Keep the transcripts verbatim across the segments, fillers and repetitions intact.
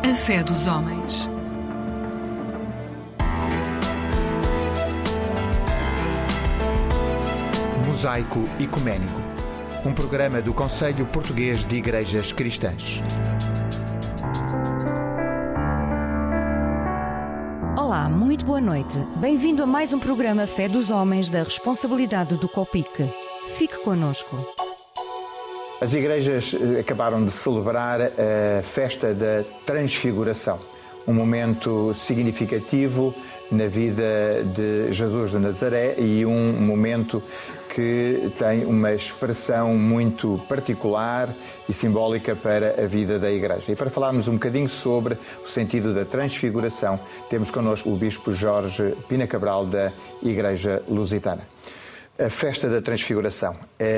A fé dos homens. Mosaico Ecuménico, um programa do Conselho Português de Igrejas Cristãs. Olá, muito boa noite. Bem-vindo a mais um programa Fé dos Homens da responsabilidade do COPIC. Fique connosco. As igrejas acabaram de celebrar a festa da Transfiguração, um momento significativo na vida de Jesus de Nazaré e um momento que tem uma expressão muito particular e simbólica para a vida da Igreja. E para falarmos um bocadinho sobre o sentido da Transfiguração, temos connosco o Bispo Jorge Pina Cabral, da Igreja Lusitana. A festa da Transfiguração,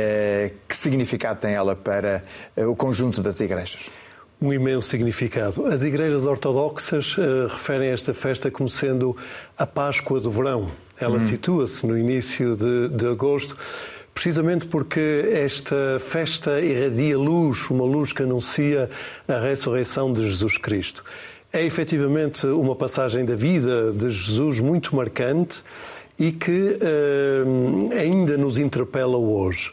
que significado tem ela para o conjunto das igrejas? Um imenso significado. As igrejas ortodoxas uh, referem esta festa como sendo a Páscoa do verão. Ela hum. situa-se no início de, de agosto, precisamente porque esta festa irradia luz, uma luz que anuncia a ressurreição de Jesus Cristo. É efetivamente uma passagem da vida de Jesus muito marcante e que uh, ainda nos interpela hoje.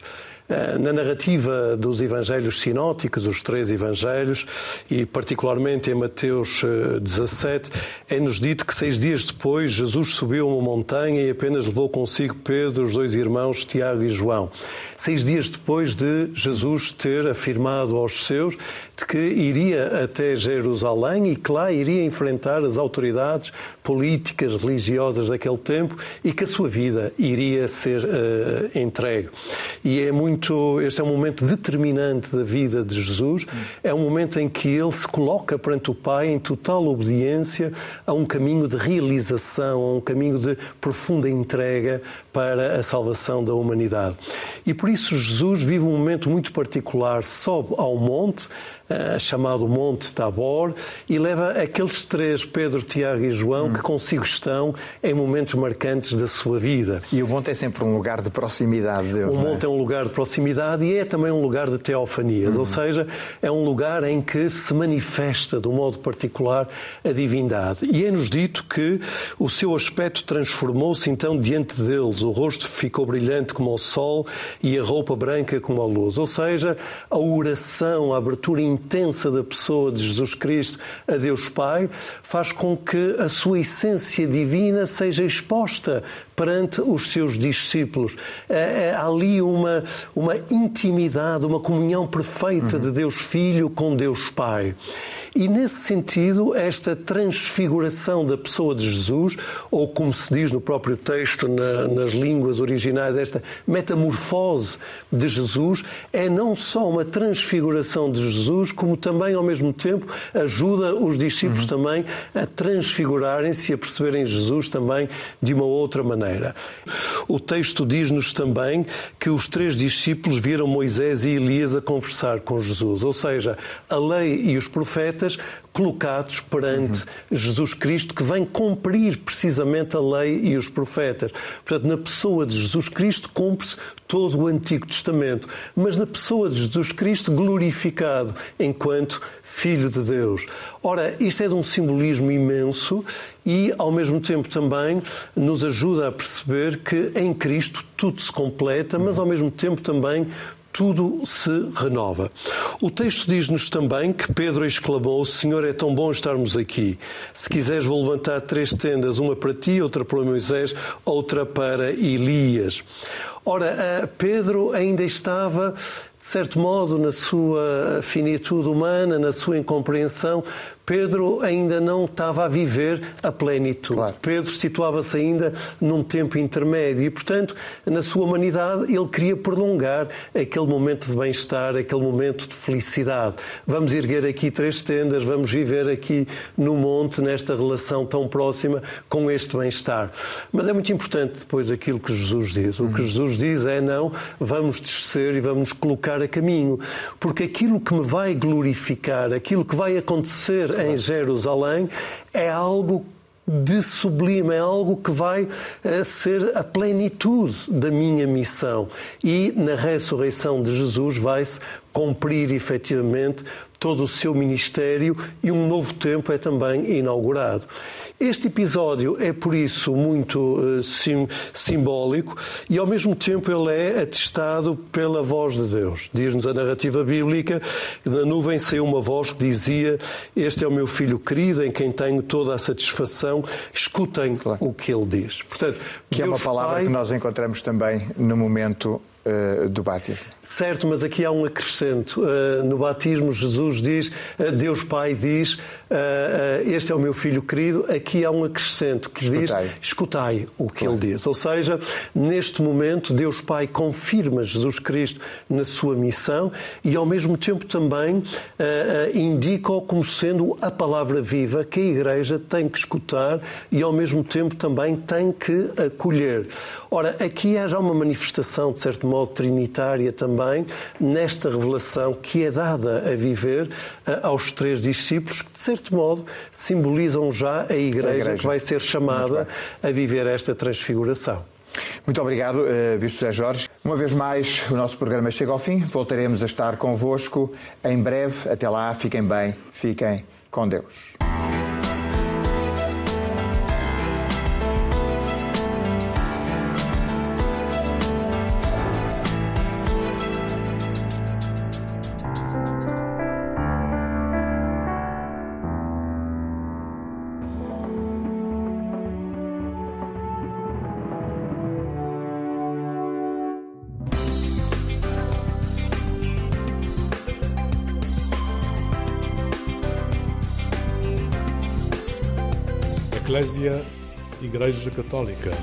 Na narrativa dos evangelhos sinóticos, os três evangelhos, e particularmente em Mateus dezassete, é-nos dito que seis dias depois Jesus subiu a uma montanha e apenas levou consigo Pedro, os dois irmãos, Tiago e João. Seis dias depois de Jesus ter afirmado aos seus de que iria até Jerusalém e que lá iria enfrentar as autoridades políticas, religiosas daquele tempo e que a sua vida iria ser uh, entregue. E é muito Este é um momento determinante da vida de Jesus, é um momento em que ele se coloca perante o Pai em total obediência a um caminho de realização, a um caminho de profunda entrega para a salvação da humanidade. E por isso Jesus vive um momento muito particular, sobe ao monte, Uh, chamado Monte Tabor, e leva aqueles três, Pedro, Tiago e João, hum. que consigo estão em momentos marcantes da sua vida. E o monte é sempre um lugar de proximidade de Deus. O monte é? é um lugar de proximidade e é também um lugar de teofanias, hum. ou seja, é um lugar em que se manifesta de um modo particular a divindade. E é-nos dito que o seu aspecto transformou-se então diante deles, o rosto ficou brilhante como o sol e a roupa branca como a luz, ou seja, a oração, a abertura intensa da pessoa de Jesus Cristo a Deus Pai faz com que a sua essência divina seja exposta perante os seus discípulos. Há ali uma, uma intimidade, uma comunhão perfeita uhum. de Deus Filho com Deus Pai. E nesse sentido, esta transfiguração da pessoa de Jesus, ou como se diz no próprio texto, na, nas línguas originais, esta metamorfose de Jesus, é não só uma transfiguração de Jesus, como também, ao mesmo tempo, ajuda os discípulos uhum. também a transfigurarem-se e a perceberem Jesus também de uma outra maneira. O texto diz-nos também que os três discípulos viram Moisés e Elias a conversar com Jesus, ou seja, a lei e os profetas colocados perante uhum. Jesus Cristo, que vem cumprir precisamente a lei e os profetas. Portanto, na pessoa de Jesus Cristo cumpre-se todo o Antigo Testamento, mas na pessoa de Jesus Cristo glorificado enquanto Filho de Deus. Ora, isto é de um simbolismo imenso e, ao mesmo tempo, também nos ajuda a perceber que em Cristo tudo se completa, mas, ao mesmo tempo, também tudo se renova. O texto diz-nos também que Pedro exclamou: Senhor, é tão bom estarmos aqui. Se quiseres, vou levantar três tendas, uma para ti, outra para Moisés, outra para Elias. Ora, Pedro ainda estava, de certo modo, na sua finitude humana, na sua incompreensão. Pedro ainda não estava a viver a plenitude. Claro. Pedro situava-se ainda num tempo intermédio e, portanto, na sua humanidade, ele queria prolongar aquele momento de bem-estar, aquele momento de felicidade. Vamos erguer aqui três tendas, vamos viver aqui no monte, nesta relação tão próxima com este bem-estar. Mas é muito importante depois aquilo que Jesus diz. O que Jesus diz é: não, vamos descer e vamos nos colocar a caminho, porque aquilo que me vai glorificar, aquilo que vai acontecer em Jerusalém é algo de sublime, é algo que vai uh, ser a plenitude da minha missão. E na ressurreição de Jesus vai-se cumprir efetivamente todo o seu ministério e um novo tempo é também inaugurado. Este episódio é, por isso, muito uh, sim, simbólico e, ao mesmo tempo, ele é atestado pela voz de Deus. Diz-nos a narrativa bíblica que da nuvem saiu uma voz que dizia: este é o meu filho querido, em quem tenho toda a satisfação, escutem claro. o que ele diz. Portanto, que Deus é uma palavra Pai... que nós encontramos também no momento uh, do batismo. Certo, mas aqui há um acrescento. Uh, no batismo, Jesus diz, uh, Deus Pai diz, uh, uh, este é o meu filho querido. Aqui há um acrescento que escutai. diz, escutai o que claro. ele diz. Ou seja, neste momento, Deus Pai confirma Jesus Cristo na sua missão e, ao mesmo tempo, também uh, uh, indica-o como sendo a palavra viva que a Igreja tem que escutar e, ao mesmo tempo, também tem que acolher. Ora, aqui há já uma manifestação, de certo modo, trinitária também, nesta revelação que é dada a viver uh, aos três discípulos, que, de certo modo, simbolizam já a Igreja, a Igreja. que vai ser chamada a viver esta transfiguração. Muito obrigado, Bispo José Jorge. Uma vez mais, o nosso programa chega ao fim. Voltaremos a estar convosco em breve. Até lá, fiquem bem, fiquem com Deus. Eclésia, Igreja Católica.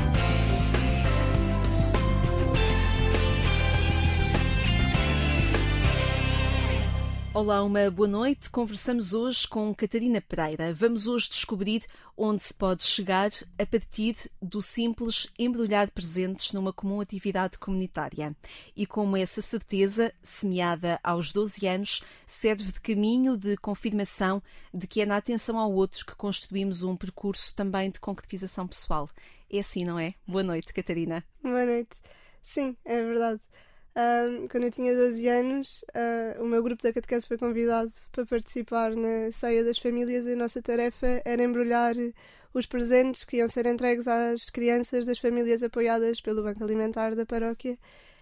Olá, uma boa noite. Conversamos hoje com Catarina Pereira. Vamos hoje descobrir onde se pode chegar a partir do simples embrulhar presentes numa comum atividade comunitária. E como essa certeza, semeada aos doze anos, serve de caminho de confirmação de que é na atenção ao outro que construímos um percurso também de concretização pessoal. É assim, não é? Boa noite, Catarina. Boa noite. Sim, é verdade. Um, quando eu tinha doze anos, uh, o meu grupo da catequese foi convidado para participar na ceia das famílias e a nossa tarefa era embrulhar os presentes que iam ser entregues às crianças das famílias apoiadas pelo Banco Alimentar da paróquia.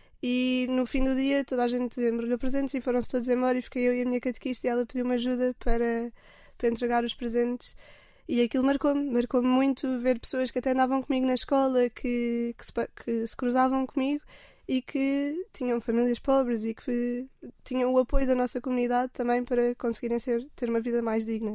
E no fim do dia toda a gente embrulhou presentes e foram-se todos embora e fiquei eu e a minha catequista e ela pediu-me ajuda para, para entregar os presentes. E aquilo marcou-me, marcou-me muito ver pessoas que até andavam comigo na escola, que, que, se, que se cruzavam comigo e que tinham famílias pobres e que tinham o apoio da nossa comunidade também para conseguirem ser, ter uma vida mais digna.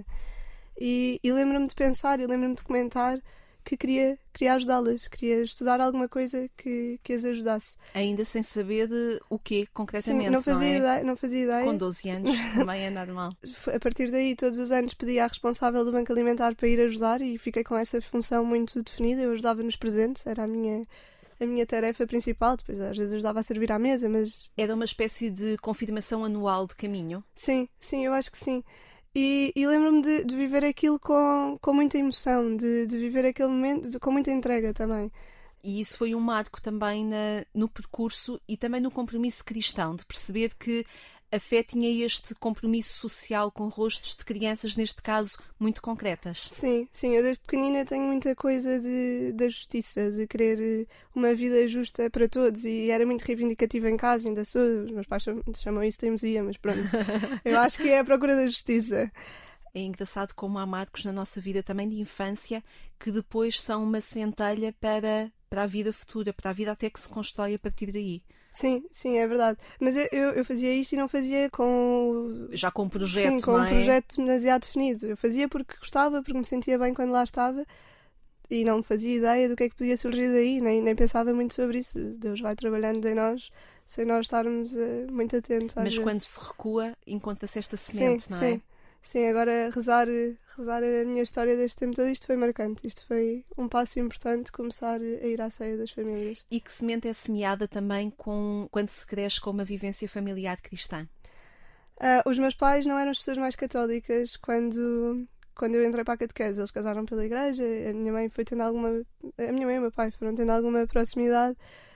E, e lembro-me de pensar e lembro-me de comentar que queria, queria ajudá-las, queria estudar alguma coisa que, que as ajudasse. Ainda sem saber de o quê, concretamente, Sim, não fazia, não é? ideia, não fazia ideia. Com doze anos também é normal. A partir daí, todos os anos pedi à responsável do Banco Alimentar para ir ajudar e fiquei com essa função muito definida. Eu ajudava nos presentes, era a minha... a minha tarefa principal, depois às vezes ajudava a servir à mesa, mas... Era uma espécie de confirmação anual de caminho? Sim, sim, eu acho que sim. E, e lembro-me de, de viver aquilo com, com muita emoção, de, de viver aquele momento de, com muita entrega também. E isso foi um marco também na, no percurso e também no compromisso cristão, de perceber que a fé tinha este compromisso social com rostos de crianças, neste caso, muito concretas. Sim, sim, eu desde pequenina tenho muita coisa de, da justiça, de querer uma vida justa para todos e era muito reivindicativa em casa, ainda sou, os meus pais chamam isso de teimosia, mas pronto, eu acho que é a procura da justiça. É engraçado como há marcos na nossa vida também de infância que depois são uma centelha para, para a vida futura, para a vida até que se constrói a partir daí. Sim, sim, é verdade. Mas eu, eu fazia isto e não fazia com... Já com um projeto, Sim, com não um é? projeto demasiado definido. Eu fazia porque gostava, porque me sentia bem quando lá estava e não fazia ideia do que é que podia surgir daí, nem, nem pensava muito sobre isso. Deus vai trabalhando em nós sem nós estarmos uh, muito atentos às Mas vezes. quando se recua, encontra-se esta semente, sim, não sim. é? Sim, agora rezar, rezar a minha história deste tempo todo, isto foi marcante. Isto foi um passo importante, começar a ir à ceia das famílias. E que semente é semeada também com, quando se cresce com uma vivência familiar cristã? Uh, os meus pais não eram as pessoas mais católicas quando, quando eu entrei para a catequese. Eles casaram pela igreja, a minha mãe foi tendo alguma... A minha mãe e o meu pai foram tendo alguma proximidade,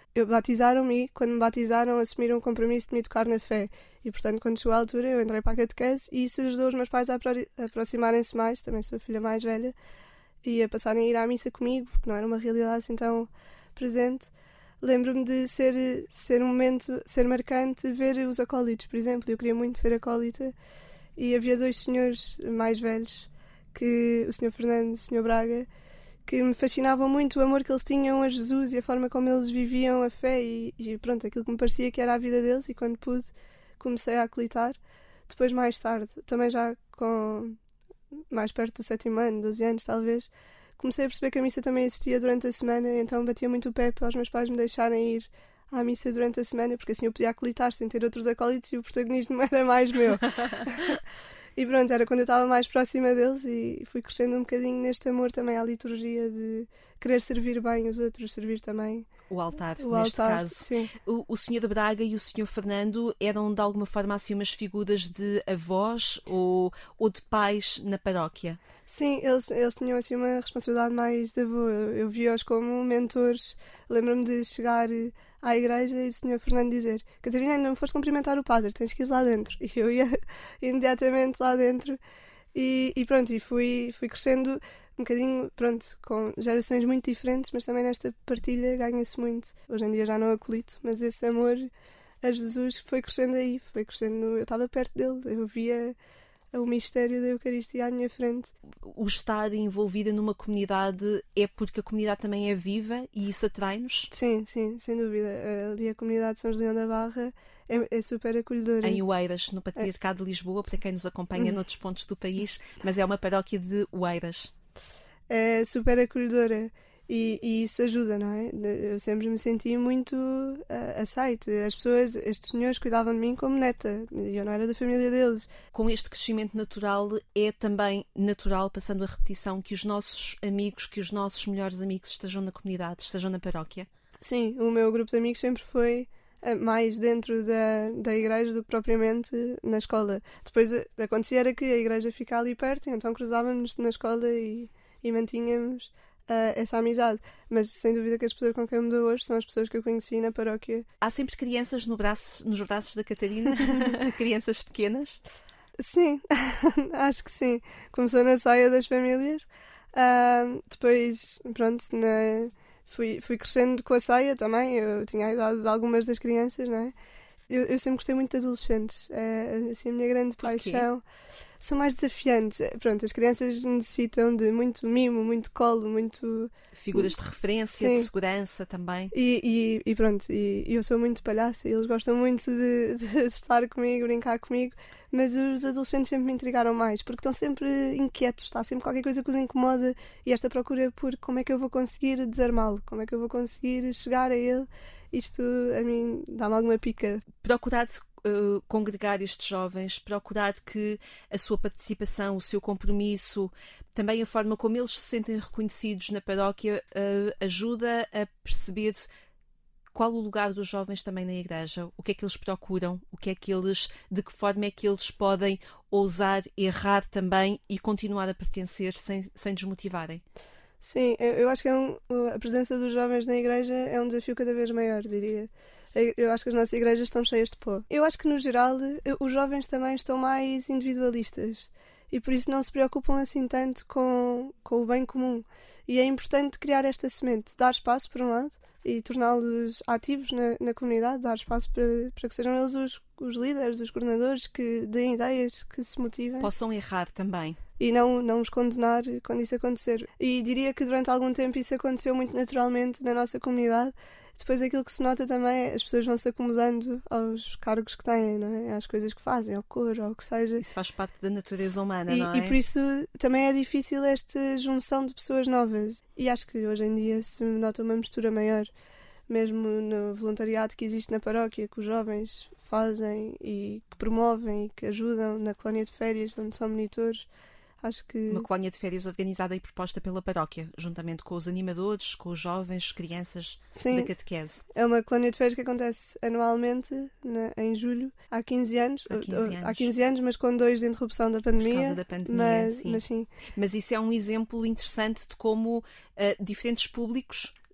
eu batizaram-me e, quando me batizaram, assumiram o compromisso de me educar na fé. E, portanto, quando chegou a altura, eu entrei para a catequese e isso ajudou os meus pais a apro- a aproximarem-se mais, também sou a filha mais velha, e a passarem a ir à missa comigo, porque não era uma realidade assim tão presente. Lembro-me de ser, ser um momento, ser marcante, ver os acólitos, por exemplo. Eu queria muito ser acólita e havia dois senhores mais velhos, que, o senhor Fernando e o senhor Braga, que me fascinavam muito o amor que eles tinham a Jesus e a forma como eles viviam a fé e, e pronto, aquilo que me parecia que era a vida deles, e quando pude comecei a acolitar. Depois, mais tarde, também já com mais perto do sétimo ano, doze anos talvez, comecei a perceber que a missa também existia durante a semana, então batia muito o pé para os meus pais me deixarem ir à missa durante a semana, porque assim eu podia acolitar sem ter outros acólitos e o protagonismo era mais meu. E pronto, era quando eu estava mais próxima deles e fui crescendo um bocadinho neste amor também à liturgia de querer servir bem os outros, servir também o altar, o neste altar, caso. sim. O, o senhor Braga e o senhor Fernando eram de alguma forma assim umas figuras de avós ou, ou de pais na paróquia? Sim, eles, eles tinham assim uma responsabilidade mais de avô. Eu, eu via-os como mentores. Lembro-me de chegar à igreja e o senhor Fernando dizer: Catarina, ainda não foste cumprimentar o padre, tens que ir lá dentro. E eu ia imediatamente lá dentro e, e pronto, e fui, fui crescendo um bocadinho, pronto, com gerações muito diferentes, mas também nesta partilha ganha-se muito. Hoje em dia já não acolito, mas esse amor a Jesus foi crescendo aí, foi crescendo, eu estava perto dele, eu via o mistério da Eucaristia à minha frente. O estar envolvida numa comunidade é porque a comunidade também é viva e isso atrai-nos? Sim, sim, sem dúvida. Ali a comunidade de São José da Barra é, é super acolhedora. Em Oeiras, no Patriarcado de Lisboa, para quem nos acompanha noutros pontos do país, mas é uma paróquia de Oeiras. É super acolhedora. E, e isso ajuda, não é? Eu sempre me senti muito uh, aceite. As pessoas, estes senhores cuidavam de mim como neta. E eu não era da família deles. Com este crescimento natural, é também natural, passando a repetição, que os nossos amigos, que os nossos melhores amigos estejam na comunidade, estejam na paróquia? Sim, o meu grupo de amigos sempre foi uh, mais dentro da, da igreja do que propriamente na escola. Depois uh, acontecia era que a igreja fica ali perto, então cruzávamos na escola e, e mantínhamos Uh, essa amizade, mas sem dúvida que as pessoas com quem eu me dou hoje são as pessoas que eu conheci na paróquia. Há sempre crianças no braço, nos braços da Catarina? Crianças pequenas? Sim, acho que sim. Começou na saia das famílias, uh, depois, pronto, na... fui, fui crescendo com a saia também, eu tinha a idade de algumas das crianças, não é? Eu, eu sempre gostei muito de adolescentes, é assim, a minha grande paixão. São mais desafiantes. Pronto, as crianças necessitam de muito mimo, muito colo, muito... Figuras de referência, Sim. de segurança também. E, e, e pronto, e, e eu sou muito palhaça e eles gostam muito de, de estar comigo, brincar comigo, mas os adolescentes sempre me intrigaram mais, porque estão sempre inquietos, está sempre qualquer coisa que os incomoda e esta procura por como é que eu vou conseguir desarmá-lo, como é que eu vou conseguir chegar a ele. Isto, a mim, dá-me alguma pica. Procurar uh, congregar estes jovens, procurar que a sua participação, o seu compromisso, também a forma como eles se sentem reconhecidos na paróquia, uh, ajuda a perceber qual o lugar dos jovens também na igreja, o que é que eles procuram, o que é que eles, de que forma é que eles podem ousar, errar também e continuar a pertencer sem, sem desmotivarem. Sim, eu acho que é um, a presença dos jovens na igreja é um desafio cada vez maior, diria. Eu acho que as nossas igrejas estão cheias de pó. Eu acho que, no geral, os jovens também estão mais individualistas e por isso não se preocupam assim tanto com, com o bem comum. E é importante criar esta semente, dar espaço, por um lado, e torná-los ativos na, na comunidade, dar espaço para, para que sejam eles os, os líderes, os coordenadores, que deem ideias, que se motivem. Possam errar também. E não, não os condenar quando isso acontecer. E diria que durante algum tempo isso aconteceu muito naturalmente na nossa comunidade. Depois aquilo que se nota também é as pessoas vão se acomodando aos cargos que têm, não é? Às coisas que fazem, ao cor, ou o que seja. Isso faz parte da natureza humana, e, não é? E por isso também é difícil esta junção de pessoas novas. E acho que hoje em dia se nota uma mistura maior, mesmo no voluntariado que existe na paróquia, que os jovens fazem e que promovem e que ajudam na colónia de férias onde são monitores. Acho que... Uma colónia de férias organizada e proposta pela paróquia, juntamente com os animadores, com os jovens, crianças Sim, da catequese. É uma colónia de férias que acontece anualmente, na, em julho, há quinze anos. Há quinze anos. Há quinze anos, mas com dois de interrupção da pandemia. Por causa da pandemia, mas, sim. Mas, sim. Mas isso é um exemplo interessante de como uh, diferentes públicos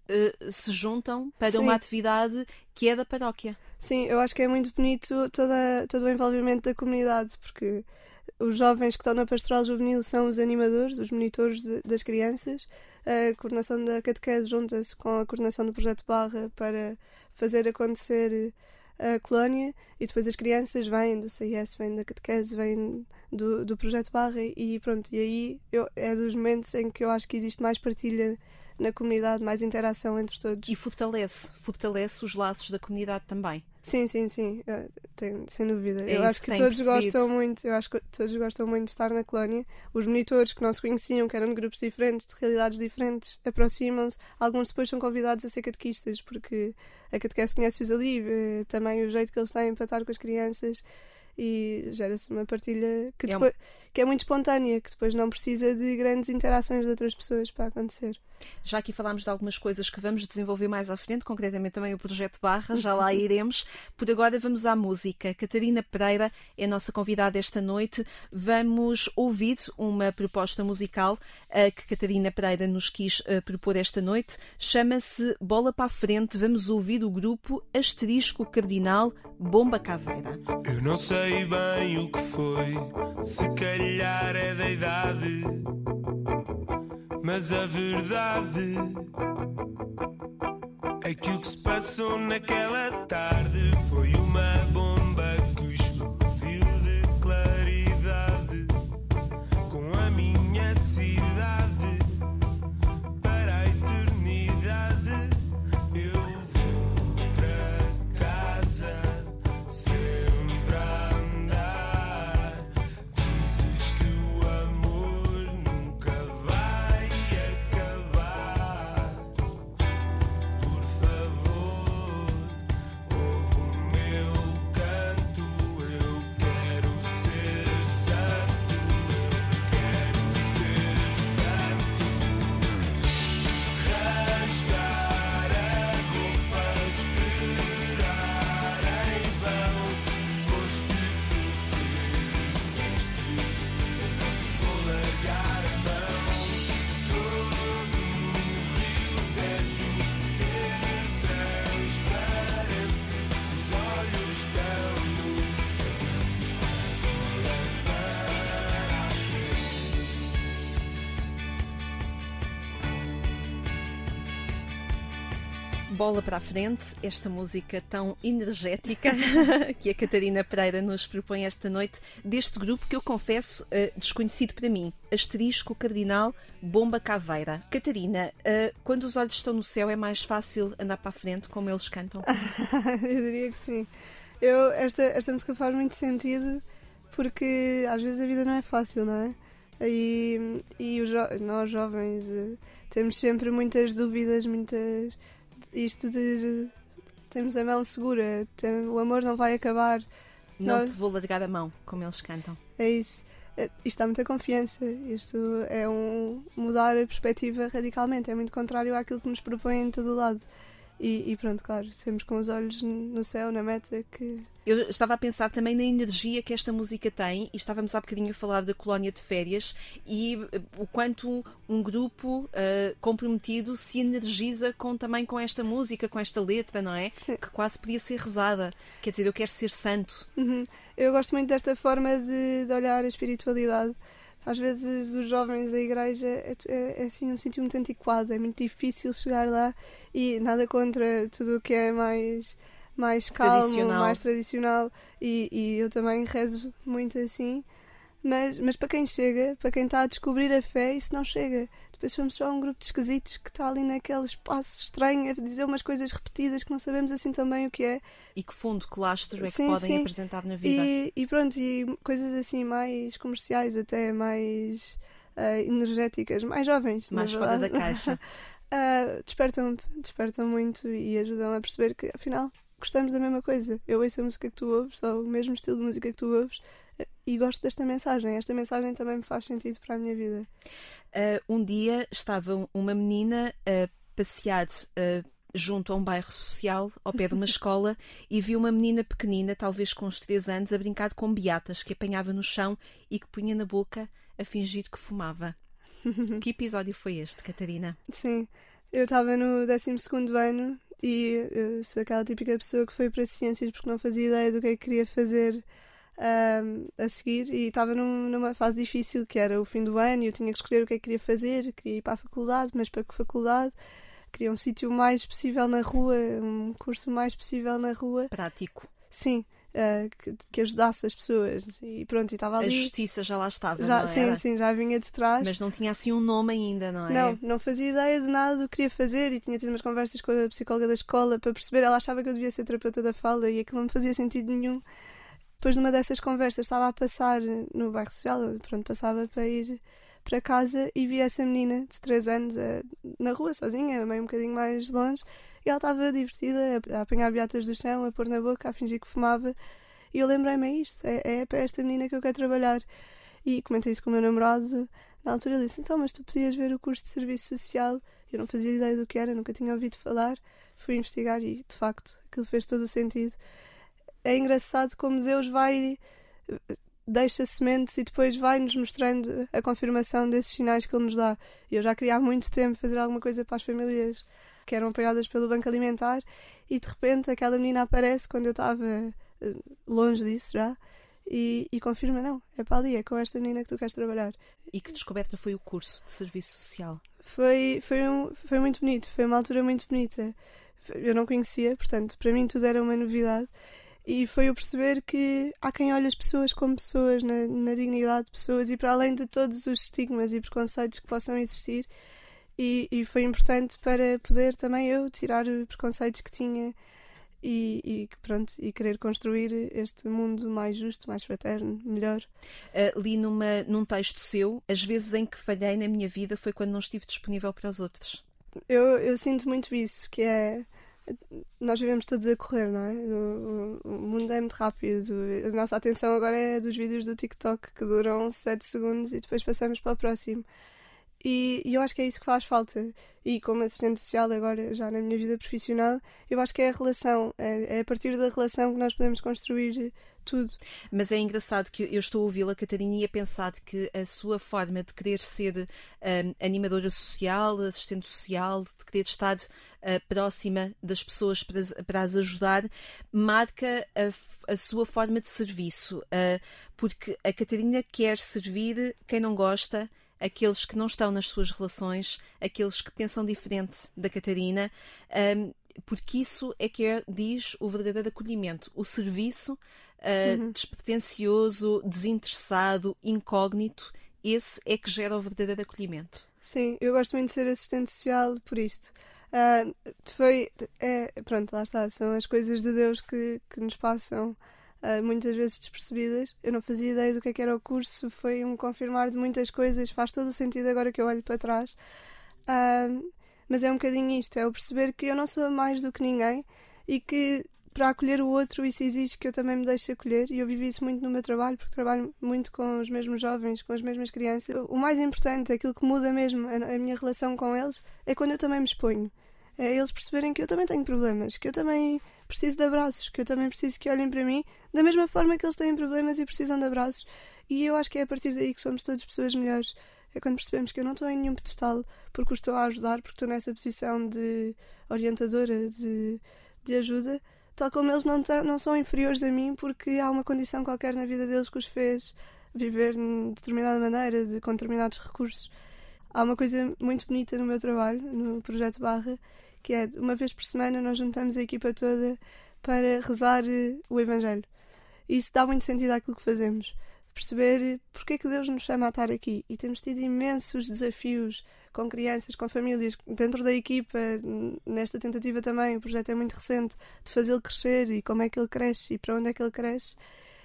uh, se juntam para Sim. uma atividade que é da paróquia. Sim, eu acho que é muito bonito toda, todo o envolvimento da comunidade, porque os jovens que estão na pastoral juvenil são os animadores, os monitores de, das crianças. A coordenação da catequese junta-se com a coordenação do projeto Barra para fazer acontecer a colónia, e depois as crianças vêm do C I S, vêm da catequese, vêm do, do projeto Barra, e pronto, e aí eu, é dos momentos em que eu acho que existe mais partilha na comunidade, mais interação entre todos. E fortalece, fortalece os laços da comunidade também. Sim, sim, sim, eu tenho, sem dúvida. É eu isso acho que que tenho todos percebido. gostam muito, eu acho que todos gostam muito de estar na colónia. Os monitores que não se conheciam, que eram de grupos diferentes, de realidades diferentes, aproximam-se. Alguns depois são convidados a ser catequistas, porque a catequese conhece-os ali, eh, também o jeito que eles têm para estar com as crianças, e gera-se uma partilha que, É depois, que é muito espontânea, que depois não precisa de grandes interações de outras pessoas para acontecer. Já aqui falámos de algumas coisas que vamos desenvolver mais à frente, concretamente também o projeto Barra, já lá iremos. Por agora vamos à música. Catarina Pereira é a nossa convidada esta noite. Vamos ouvir uma proposta musical uh, que Catarina Pereira nos quis uh, propor esta noite. Chama-se Bola para a Frente. Vamos ouvir o grupo Asterisco Cardinal Bomba Caveira. Eu não sei bem o que foi, se calhar é da idade, mas a verdade é que o que se passou naquela tarde foi uma bomba que explodiu de claridade com a minha cidade para a eternidade. Eu vou para casa sempre a andar. Dizes que o amor nunca vai acabar. Por favor, ouve o meu canto. Eu quero ser santo. Eu quero ser santo. Rasgar a roupa, esperar em vão. Foste tu que me disseste: eu não te vou largar a mão. Sou do Rio Tejo, ser transparente. Os olhos estão no céu, a bola para a Bola para a Frente, esta música tão energética que a Catarina Pereira nos propõe esta noite, deste grupo que eu confesso uh, desconhecido para mim, Asterisco Cardinal Bomba Caveira. Catarina, uh, quando os olhos estão no céu é mais fácil andar para a frente, como eles cantam? Eu diria que sim. Eu, esta, esta música faz muito sentido, porque às vezes a vida não é fácil, não é? E, e os jo- nós jovens eh, temos sempre muitas dúvidas, muitas... Isto de... Temos a mão segura, tem- o amor não vai acabar. Não Nós- te vou largar a mão, como eles cantam. É isso. É- Isto dá muita confiança. Isto é um mudar a perspectiva radicalmente. É muito contrário àquilo que nos propõem em todo o lado. E, e pronto, claro, sempre com os olhos no céu, na meta, que... Eu estava a pensar também na energia que esta música tem, e estávamos há bocadinho a falar da colónia de férias e uh, o quanto um grupo uh, comprometido se energiza com, também com esta música, com esta letra, não é? Sim. Que quase podia ser rezada. Quer dizer, eu quero ser santo. Uhum. Eu gosto muito desta forma de, de olhar a espiritualidade. Às vezes os jovens, a igreja, é, é, é assim um sítio muito antiquado, é muito difícil chegar lá, e nada contra tudo o que é mais, mais calmo, Tradicional. mais tradicional, e, e eu também rezo muito assim, mas, mas para quem chega, para quem está a descobrir a fé, isso não chega. Depois somos só um grupo de esquisitos que está ali naquele espaço estranho a dizer umas coisas repetidas que não sabemos assim tão bem o que é. E que fundo, que lastro é que Sim, podem sim. apresentar na vida. E, e pronto, e coisas assim mais comerciais, até mais ah, energéticas, mais jovens, Mais na fora da verdade. caixa. Ah, despertam, despertam muito e ajudam a perceber que, afinal, gostamos da mesma coisa. Eu ouço a música que tu ouves, ou o mesmo estilo de música que tu ouves, ah, e gosto desta mensagem. Esta mensagem também me faz sentido para a minha vida. Uh, um dia estava uma menina a passear uh, junto a um bairro social, ao pé de uma escola, e viu uma menina pequenina, talvez com uns três anos, a brincar com beatas que apanhava no chão e que punha na boca a fingir que fumava. Que episódio foi este, Catarina? Sim, Eu estava no décimo segundo ano e eu sou aquela típica pessoa que foi para ciências porque não fazia ideia do que é que queria fazer um, a seguir, e estava num, numa fase difícil, que era o fim do ano, e eu tinha que escolher o que é que queria fazer. Queria ir para a faculdade, mas para que faculdade? Queria um sítio mais possível na rua, um curso mais possível na rua. Prático. Sim. Uh, que, que ajudasse as pessoas, e pronto, e estava ali. A justiça já lá estava, já, não sim, era? sim, já vinha de trás. Mas não tinha assim um nome ainda, não é? Não, não fazia ideia de nada do que queria fazer, e tinha tido umas conversas com a psicóloga da escola para perceber. Ela achava que eu devia ser terapeuta da fala e aquilo não me fazia sentido nenhum. Depois de uma dessas conversas estava a passar no bairro social, pronto, passava para ir para casa e vi essa menina de três anos uh, na rua sozinha, meio um bocadinho mais longe, e ela estava divertida a, a apanhar beatas do chão, a pôr na boca, a fingir que fumava. E eu lembrei-me, é isto, é, é para esta menina que eu quero trabalhar. E comentei isso com o meu namorado. Na altura ele disse, então, mas tu podias ver o curso de Serviço Social. Eu não fazia ideia do que era, nunca tinha ouvido falar. Fui investigar e, de facto, aquilo fez todo o sentido. É engraçado como Deus vai, deixa sementes e depois vai-nos mostrando a confirmação desses sinais que Ele nos dá. Eu já queria há muito tempo fazer alguma coisa para as famílias que eram apoiadas pelo Banco Alimentar, e de repente aquela menina aparece quando eu estava longe disso já, e, e confirma, não, é para ali, é com esta menina que tu queres trabalhar. E que descoberta foi o curso de Serviço Social? Foi, foi, um, foi muito bonito, foi uma altura muito bonita. Eu não conhecia, portanto, para mim tudo era uma novidade, e foi eu perceber que há quem olhe as pessoas como pessoas, na, na dignidade de pessoas, e para além de todos os estigmas e preconceitos que possam existir, e, e foi importante para poder também eu tirar os preconceitos que tinha e, e, pronto, e querer construir este mundo mais justo, mais fraterno, melhor. Uh, li numa, num texto seu, as vezes em que falhei na minha vida foi quando não estive disponível para os outros. Eu, eu sinto muito isso, que é... Nós vivemos todos a correr, não é? O, o, o mundo é muito rápido. A nossa atenção agora é dos vídeos do TikTok que duram sete segundos e depois passamos para o próximo. E, e eu acho que é isso que faz falta. E como assistente social agora, já na minha vida profissional, eu acho que é a relação, é, é a partir da relação que nós podemos construir tudo. Mas é engraçado que eu estou a ouvi-la, Catarina, e a pensar que a sua forma de querer ser um, animadora social, assistente social, de querer estar uh, próxima das pessoas para, para as ajudar, marca a, a sua forma de serviço. Uh, porque a Catarina quer servir quem não gosta, aqueles que não estão nas suas relações, aqueles que pensam diferente da Catarina, um, porque isso é que é, diz, o verdadeiro acolhimento. O serviço uh, uhum. despretensioso, desinteressado, incógnito, esse é que gera o verdadeiro acolhimento. Sim, eu gosto muito de ser assistente social por isto. Uh, foi, é, pronto, lá está, são as coisas de Deus que, que nos passam Uh, muitas vezes despercebidas. Eu não fazia ideia do que, é que era o curso, foi um confirmar de muitas coisas, faz todo o sentido agora que eu olho para trás. Uh, mas é um bocadinho isto, é o perceber que eu não sou mais do que ninguém e que para acolher o outro isso exige que eu também me deixe acolher, e eu vivi isso muito no meu trabalho, porque trabalho muito com os mesmos jovens, com as mesmas crianças. O mais importante, aquilo que muda mesmo a, a minha relação com eles, é quando eu também me exponho. É eles perceberem que eu também tenho problemas, que eu também preciso de abraços, que eu também preciso que olhem para mim da mesma forma que eles têm problemas e precisam de abraços. E eu acho que é a partir daí que somos todas pessoas melhores. É quando percebemos que eu não estou em nenhum pedestal porque os estou a ajudar, porque estou nessa posição de orientadora, de, de ajuda, tal como eles não, t- não são inferiores a mim porque há uma condição qualquer na vida deles que os fez viver de determinada maneira, de, com determinados recursos. Há uma coisa muito bonita no meu trabalho, no Projeto Barra, que é, uma vez por semana nós juntamos a equipa toda para rezar o Evangelho. E isso dá muito sentido àquilo que fazemos. Perceber porque é que Deus nos chama a estar aqui. E temos tido imensos desafios com crianças, com famílias, dentro da equipa, nesta tentativa também, o projeto é muito recente, de fazê-lo crescer e como é que ele cresce e para onde é que ele cresce.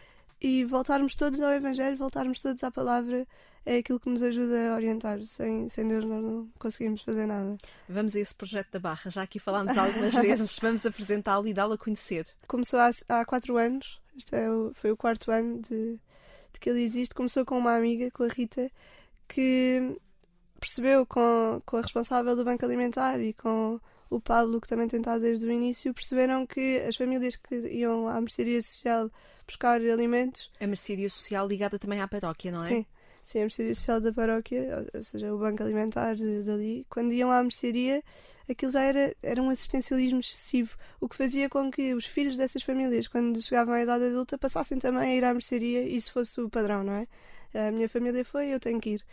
E voltarmos todos ao Evangelho, voltarmos todos à Palavra, é aquilo que nos ajuda a orientar. Sem, sem Deus nós não conseguimos fazer nada. Vamos a esse projeto da Barra. Já aqui falámos algumas vezes. Vamos apresentá-lo e dá-lo a conhecer. Começou há, há quatro anos. Este é o, foi o quarto ano de, de que ele existe. Começou com uma amiga, com a Rita, que percebeu com, com a responsável do Banco Alimentar e com o Paulo, que também tem estado desde o início, perceberam que as famílias que iam à mercearia social buscar alimentos... A mercearia social ligada também à paróquia, não é? Sim. Sim, a mercearia social da paróquia, ou seja, o banco alimentar de, dali, quando iam à mercearia, aquilo já era, era um assistencialismo excessivo, o que fazia com que os filhos dessas famílias, quando chegavam à idade adulta, passassem também a ir à mercearia, e isso fosse o padrão, não é? A minha família foi, eu tenho que ir.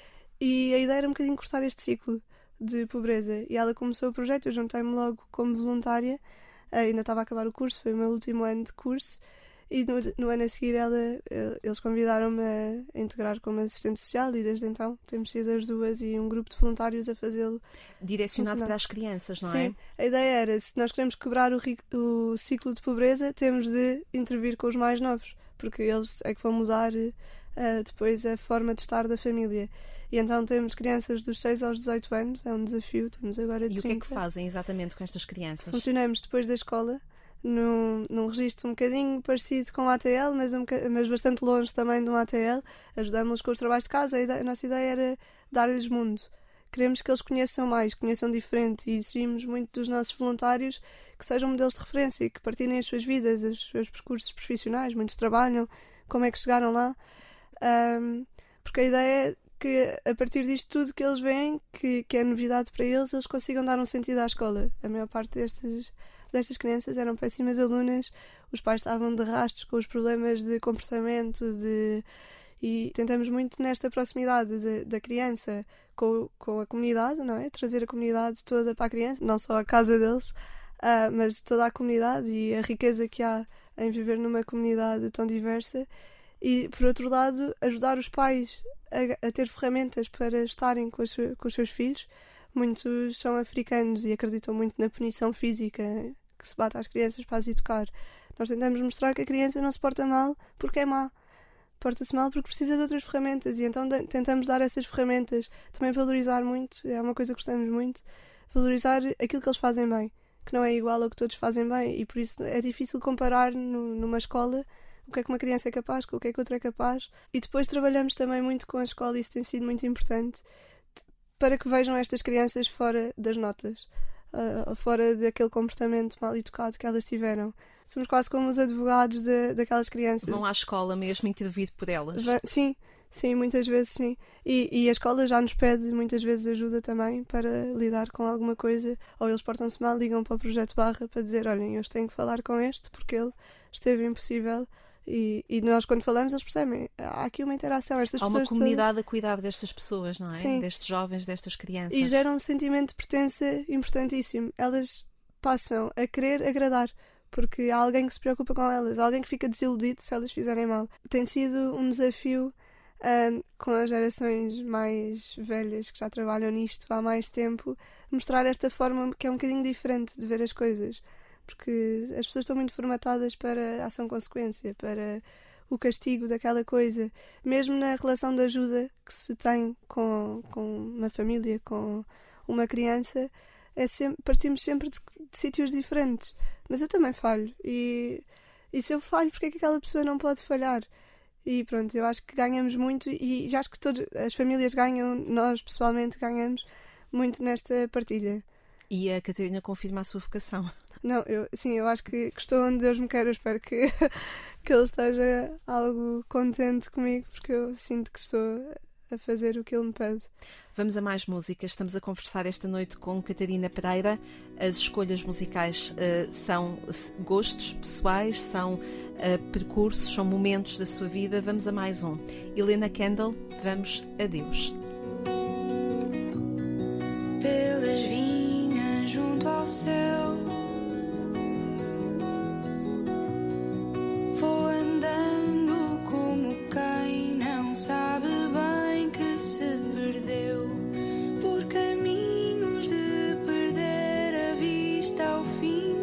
E a ideia era um bocadinho cortar este ciclo de pobreza, e ela começou o projeto, eu juntei-me logo como voluntária, ainda estava a acabar o curso, foi o meu último ano de curso, e no, no ano a seguir ela, eles convidaram-me a integrar como assistente social, e desde então temos sido as duas e um grupo de voluntários a fazê-lo. Direcionado funcionar. Para as crianças, não Sim, é? Sim, a ideia era, se nós queremos quebrar o, o ciclo de pobreza, temos de intervir com os mais novos, porque eles é que vão mudar uh, depois a forma de estar da família. E então temos crianças dos seis aos dezoito anos, é um desafio, temos agora trinta. E o que é que fazem exatamente com estas crianças? Funcionamos depois da escola, num, num registro um bocadinho parecido com o A T L, mas, um mas bastante longe também do A T L. Ajudamos-los com os trabalhos de casa. A, ideia, a nossa ideia era dar-lhes mundo. Queremos que eles conheçam mais, conheçam diferente, e exigimos muito dos nossos voluntários que sejam modelos de referência, que partilhem as suas vidas, os seus percursos profissionais. Muitos trabalham, como é que chegaram lá. Um, porque a ideia é que, a partir disto tudo que eles veem, que, que é novidade para eles, eles consigam dar um sentido à escola. A maior parte destes... destas crianças eram péssimas alunas, os pais estavam de rastros com os problemas de comportamento, de... e tentamos muito nesta proximidade de, da criança com, com a comunidade, não é? Trazer a comunidade toda para a criança, não só a casa deles, uh, mas toda a comunidade e a riqueza que há em viver numa comunidade tão diversa. E, por outro lado, ajudar os pais a, a ter ferramentas para estarem com os, com os seus filhos. Muitos são africanos e acreditam muito na punição física, que se bate às crianças para as educar. Nós tentamos mostrar que a criança não se porta mal porque é má. Porta-se mal porque precisa de outras ferramentas, e então tentamos dar essas ferramentas. Também valorizar muito, é uma coisa que gostamos muito, valorizar aquilo que eles fazem bem, que não é igual ao que todos fazem bem, e por isso é difícil comparar no, numa escola o que é que uma criança é capaz com o que é que outra é capaz. E depois trabalhamos também muito com a escola, e isso tem sido muito importante, para que vejam estas crianças fora das notas, uh, fora daquele comportamento mal educado que elas tiveram. Somos quase como os advogados de, daquelas crianças. Vão à escola mesmo intervir por elas. Sim, sim, muitas vezes sim. E, e a escola já nos pede muitas vezes ajuda também para lidar com alguma coisa, ou eles portam-se mal, ligam para o Projeto Barra para dizer, olhem, eu tenho que falar com este porque ele esteve impossível. E, e nós, quando falamos, eles percebem, há aqui uma interação. Estas há uma pessoas comunidade todas... a cuidar destas pessoas, não é? Sim. Destes jovens, destas crianças. E gera um sentimento de pertença importantíssimo. Elas passam a querer agradar, porque há alguém que se preocupa com elas, há alguém que fica desiludido se elas fizerem mal. Tem sido um desafio um, com as gerações mais velhas que já trabalham nisto há mais tempo, mostrar esta forma que é um bocadinho diferente de ver as coisas. Porque as pessoas estão muito formatadas para a ação-consequência, para o castigo daquela coisa. Mesmo na relação de ajuda que se tem com, com uma família, com uma criança, é sempre, partimos sempre de, de sítios diferentes. Mas eu também falho. E, e se eu falho, porque é que aquela pessoa não pode falhar? E pronto, eu acho que ganhamos muito, e acho que todas as famílias ganham, nós pessoalmente ganhamos muito nesta partilha. E a Catarina confirma a sua vocação. Não, eu, sim, eu acho que, que estou onde Deus me quer. Eu espero que, que Ele esteja algo contente comigo, porque eu sinto que estou a fazer o que Ele me pede. Vamos a mais músicas. Estamos a conversar esta noite com Catarina Pereira. As escolhas musicais uh, são gostos pessoais, são uh, percursos, são momentos da sua vida. Vamos a mais um. Helena Kendall, vamos a Deus. Pelas vinhas junto ao céu, vou andando como quem não sabe bem que se perdeu, por caminhos de perder a vista ao fim.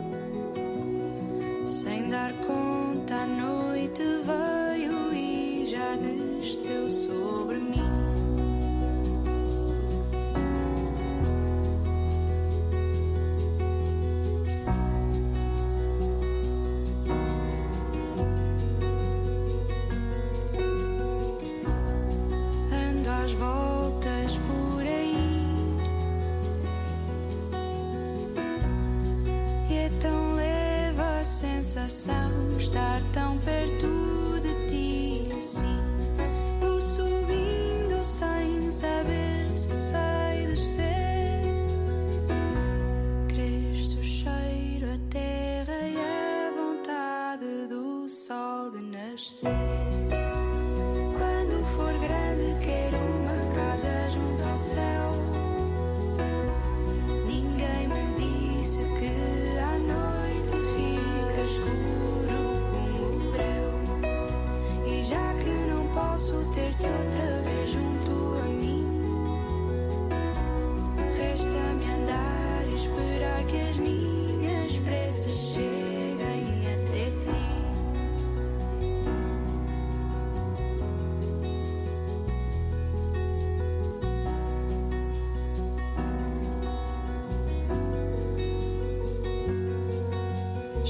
Sem dar conta, a noite veio e já desceu sobre mim.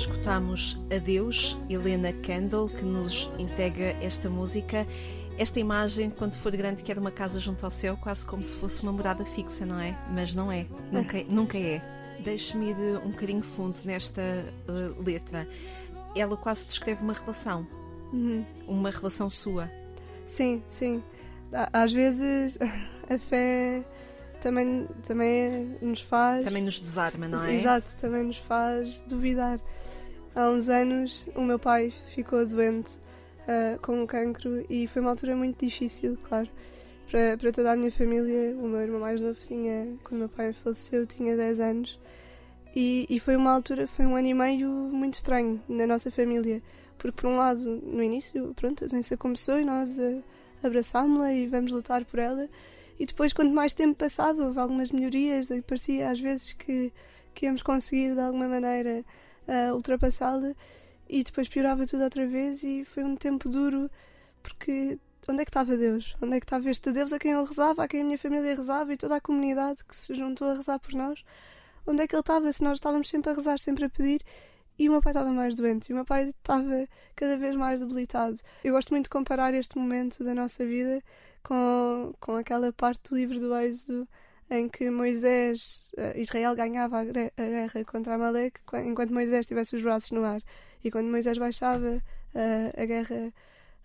Escutamos Adeus, Helena Kendall, que nos entrega esta música. Esta imagem, quando for grande, quer uma casa junto ao céu, quase como se fosse uma morada fixa, não é? Mas não é, nunca, nunca é. Deixe-me ir um bocadinho fundo nesta uh, letra. Ela quase descreve uma relação, uhum. uma relação sua. Sim, sim. Às vezes a fé também, também nos faz... Também nos desarma, não é? Exato, também nos faz duvidar. Há uns anos o meu pai ficou doente Uh, com um cancro e foi uma altura muito difícil, claro, para, para toda a minha família. O meu irmão mais novo tinha, quando meu pai faleceu, tinha dez anos e, e foi uma altura, foi um ano e meio muito estranho na nossa família, porque por um lado, no início, pronto, a doença começou e nós uh, abraçámos-la e vamos lutar por ela, e depois, quanto mais tempo passava, houve algumas melhorias e parecia às vezes que, que íamos conseguir de alguma maneira uh, ultrapassá-la. E depois piorava tudo outra vez e foi um tempo duro, porque onde é que estava Deus? Onde é que estava este Deus a quem eu rezava, a quem a minha família rezava e toda a comunidade que se juntou a rezar por nós? Onde é que ele estava se nós estávamos sempre a rezar, sempre a pedir? E o meu pai estava mais doente e o meu pai estava cada vez mais debilitado. Eu gosto muito de comparar este momento da nossa vida com, com aquela parte do livro do Êxodo em que Moisés, Israel ganhava a guerra contra Amaleque enquanto Moisés tivesse os braços no ar. E quando Moisés baixava uh, a guerra,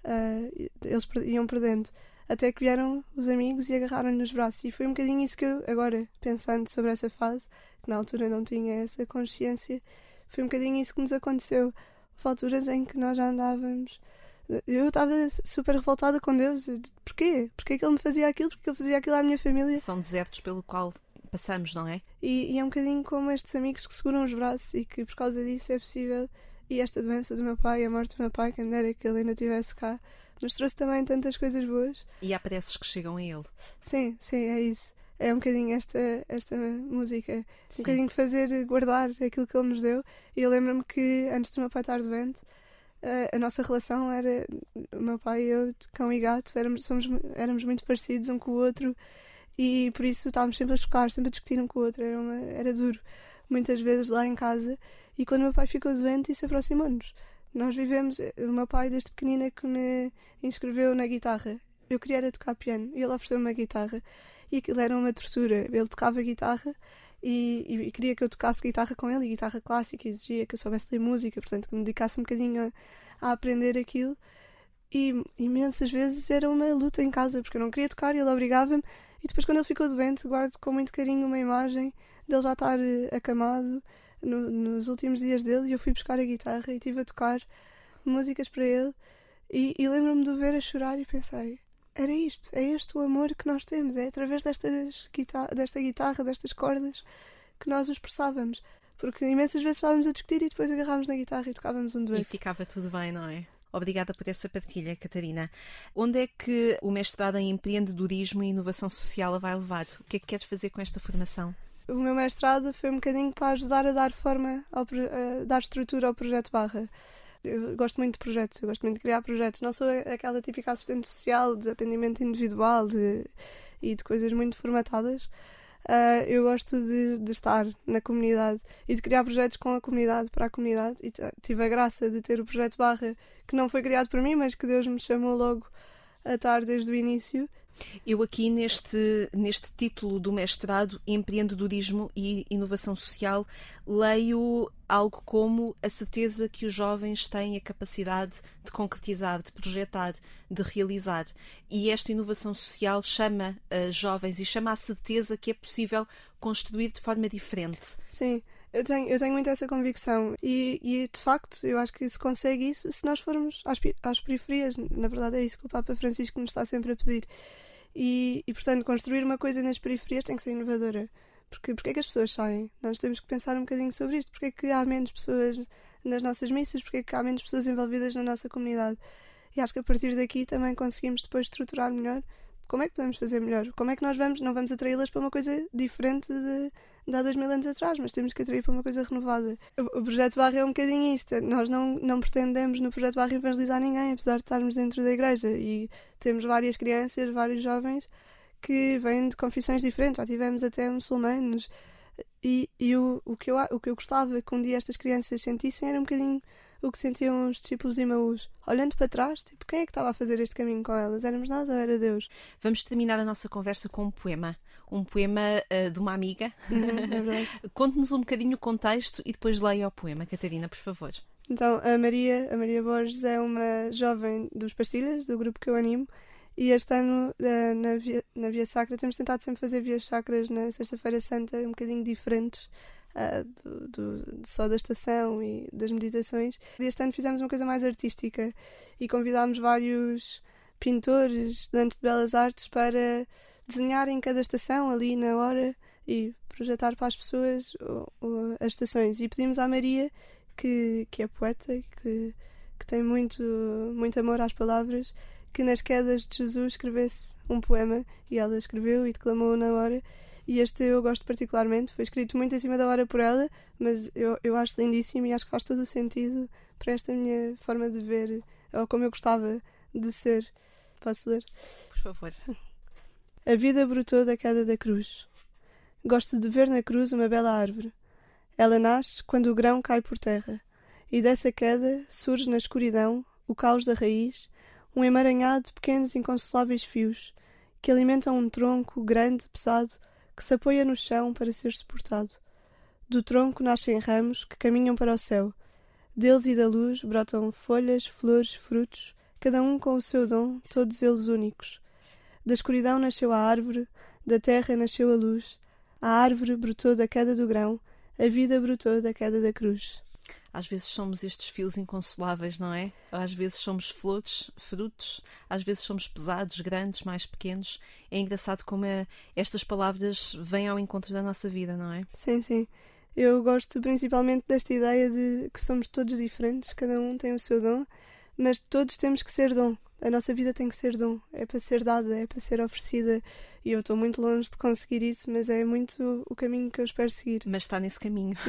uh, eles iam perdendo. Até que vieram os amigos e agarraram-lhe nos braços. E foi um bocadinho isso que eu, agora, pensando sobre essa fase, que na altura não tinha essa consciência, foi um bocadinho isso que nos aconteceu. Houve alturas em que nós já andávamos... Eu estava super revoltada com Deus. Porquê? Porquê que ele me fazia aquilo? Porquê que ele fazia aquilo à minha família? São desertos pelo qual passamos, não é? E, e é um bocadinho como estes amigos que seguram os braços e que por causa disso é possível... E esta doença do meu pai, a morte do meu pai, quem me dera que ele ainda estivesse cá, nos trouxe também tantas coisas boas. E há preces que chegam a ele. Sim, sim, é isso. É um bocadinho esta, esta música. Sim. Um bocadinho fazer guardar aquilo que ele nos deu. E eu lembro-me que, antes do meu pai estar doente, a, a nossa relação era... O meu pai e eu, cão e gato, éramos, somos, éramos muito parecidos um com o outro. E por isso estávamos sempre a chocar, sempre a discutir um com o outro. Era, uma, era duro. Muitas vezes lá em casa. E quando o meu pai ficou doente, isso aproximou-nos. Nós vivemos... O meu pai, desde pequenina, que me inscreveu na guitarra. Eu queria era tocar piano. E ele ofereceu-me uma guitarra. E aquilo era uma tortura. Ele tocava guitarra e, e, e queria que eu tocasse guitarra com ele. E guitarra clássica exigia que eu soubesse ler música. Portanto, que me dedicasse um bocadinho a, a aprender aquilo. E imensas vezes era uma luta em casa, porque eu não queria tocar e ele obrigava-me. E depois, quando ele ficou doente, guardo com muito carinho uma imagem dele já estar acamado... No, nos últimos dias dele, e eu fui buscar a guitarra e estive a tocar músicas para ele e, e lembro-me de o ver a chorar e pensei, era isto, é este o amor que nós temos, é através destas guitarra, desta guitarra, destas cordas que nós o expressávamos, porque imensas vezes estávamos a discutir e depois agarrávamos na guitarra e tocávamos um dueto. E ficava tudo bem, não é? Obrigada por essa partilha, Catarina. Onde é que o mestrado em empreendedorismo e inovação social a vai levar? O que é que queres fazer com esta formação? O meu mestrado foi um bocadinho para ajudar a dar forma, ao, a dar estrutura ao projeto Barra. Eu gosto muito de projetos, eu gosto muito de criar projetos. Não sou aquela típica assistente social de atendimento individual de, e de coisas muito formatadas. Uh, eu gosto de, de estar na comunidade e de criar projetos com a comunidade, para a comunidade. E tive a graça de ter o projeto Barra, que não foi criado por mim, mas que Deus me chamou logo a estar desde o início. Eu aqui neste, neste título do mestrado, Empreendedorismo e Inovação Social, leio algo como a certeza que os jovens têm a capacidade de concretizar, de projetar, de realizar. E esta inovação social chama a jovens e chama a certeza que é possível construir de forma diferente. Sim. Eu tenho, eu tenho muito essa convicção e, e, de facto, eu acho que se consegue isso se nós formos às, às periferias. Na verdade é isso que o Papa Francisco nos está sempre a pedir. E, e, portanto, construir uma coisa nas periferias tem que ser inovadora. Porque, porque é que as pessoas saem? Nós temos que pensar um bocadinho sobre isto. Porque é que há menos pessoas nas nossas missas? Porque é que há menos pessoas envolvidas na nossa comunidade? E acho que a partir daqui também conseguimos depois estruturar melhor como é que podemos fazer melhor? Como é que nós vamos, não vamos atraí-las para uma coisa diferente de, de há dois mil anos atrás, mas temos que atrair para uma coisa renovada. O, o Projeto Barra é um bocadinho isto. Nós não, não pretendemos no Projeto Barra evangelizar ninguém, apesar de estarmos dentro da igreja. E temos várias crianças, vários jovens que vêm de confissões diferentes. Já tivemos até muçulmanos, E, e o, o, que eu, o que eu gostava que um dia estas crianças sentissem era um bocadinho o que sentiam os discípulos de Emaús. Olhando para trás, tipo, quem é que estava a fazer este caminho com elas? Éramos nós ou era Deus? Vamos terminar a nossa conversa com um poema. Um poema uh, de uma amiga. É verdade. Conte-nos um bocadinho o contexto e depois leia o poema, Catarina, por favor. Então, a Maria, a Maria Borges é uma jovem dos Pastilhas, do grupo que eu animo, e este ano, na Via, na Via Sacra, temos tentado sempre fazer Vias Sacras na Sexta-feira Santa, um bocadinho diferentes, uh, do, do, só da estação e das meditações. E este ano fizemos uma coisa mais artística e convidámos vários pintores, estudantes de Belas Artes, para desenharem cada estação ali na hora e projetar para as pessoas o, o, as estações. E pedimos à Maria, que, que é poeta e que, que tem muito, muito amor às palavras, que nas quedas de Jesus escrevesse um poema, e ela escreveu e declamou na hora, e este eu gosto particularmente, foi escrito muito em cima da hora por ela, mas eu, eu acho lindíssimo e acho que faz todo o sentido para esta minha forma de ver, ou como eu gostava de ser. Posso ler? Por favor. A vida brotou da queda da cruz. Gosto de ver na cruz uma bela árvore. Ela nasce quando o grão cai por terra, e dessa queda surge na escuridão o caos da raiz, um emaranhado de pequenos inconsoláveis fios, que alimentam um tronco grande, pesado, que se apoia no chão para ser suportado. Do tronco nascem ramos que caminham para o céu. Deles e da luz brotam folhas, flores, frutos, cada um com o seu dom, todos eles únicos. Da escuridão nasceu a árvore, da terra nasceu a luz. A árvore brotou da queda do grão, a vida brotou da queda da cruz. Às vezes somos estes fios inconsoláveis, não é? Às vezes somos flores, frutos, às vezes somos pesados, grandes, mais pequenos. É engraçado como é, estas palavras vêm ao encontro da nossa vida, não é? Sim, sim. Eu gosto principalmente desta ideia de que somos todos diferentes, cada um tem o seu dom, mas todos temos que ser dom. A nossa vida tem que ser dom, é para ser dada, é para ser oferecida, e eu estou muito longe de conseguir isso, mas é muito o caminho que eu espero seguir. Mas está nesse caminho.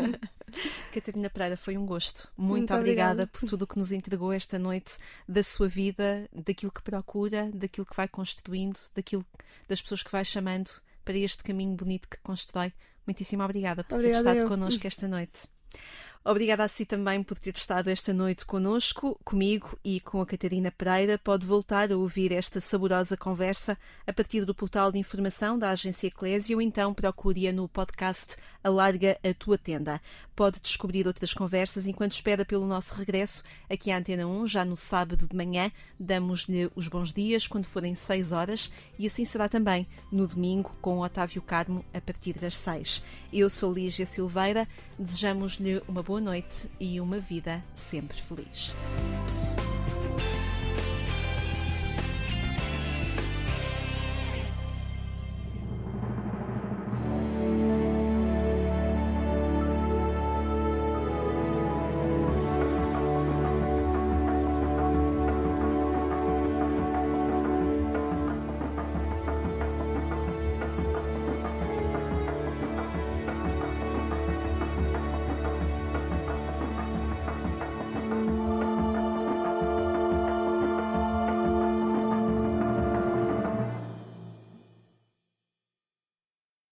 Catarina Pereira, foi um gosto. Muito, muito obrigada, obrigada por tudo o que nos entregou esta noite, da sua vida, daquilo que procura, daquilo que vai construindo, daquilo, das pessoas que vai chamando para este caminho bonito que constrói. Muitíssimo obrigada por Obrigada ter estado eu. connosco esta noite. Obrigada a si também por ter estado esta noite connosco, comigo e com a Catarina Pereira. Pode voltar a ouvir esta saborosa conversa a partir do portal de informação da Agência Eclésia ou então procure-a no podcast Alarga a Tua Tenda. Pode descobrir outras conversas enquanto espera pelo nosso regresso aqui à Antena um, já no sábado de manhã. Damos-lhe os bons dias quando forem seis horas e assim será também no domingo com o Otávio Carmo a partir das seis. Eu sou Lígia Silveira, desejamos-lhe uma boa noite e uma vida sempre feliz.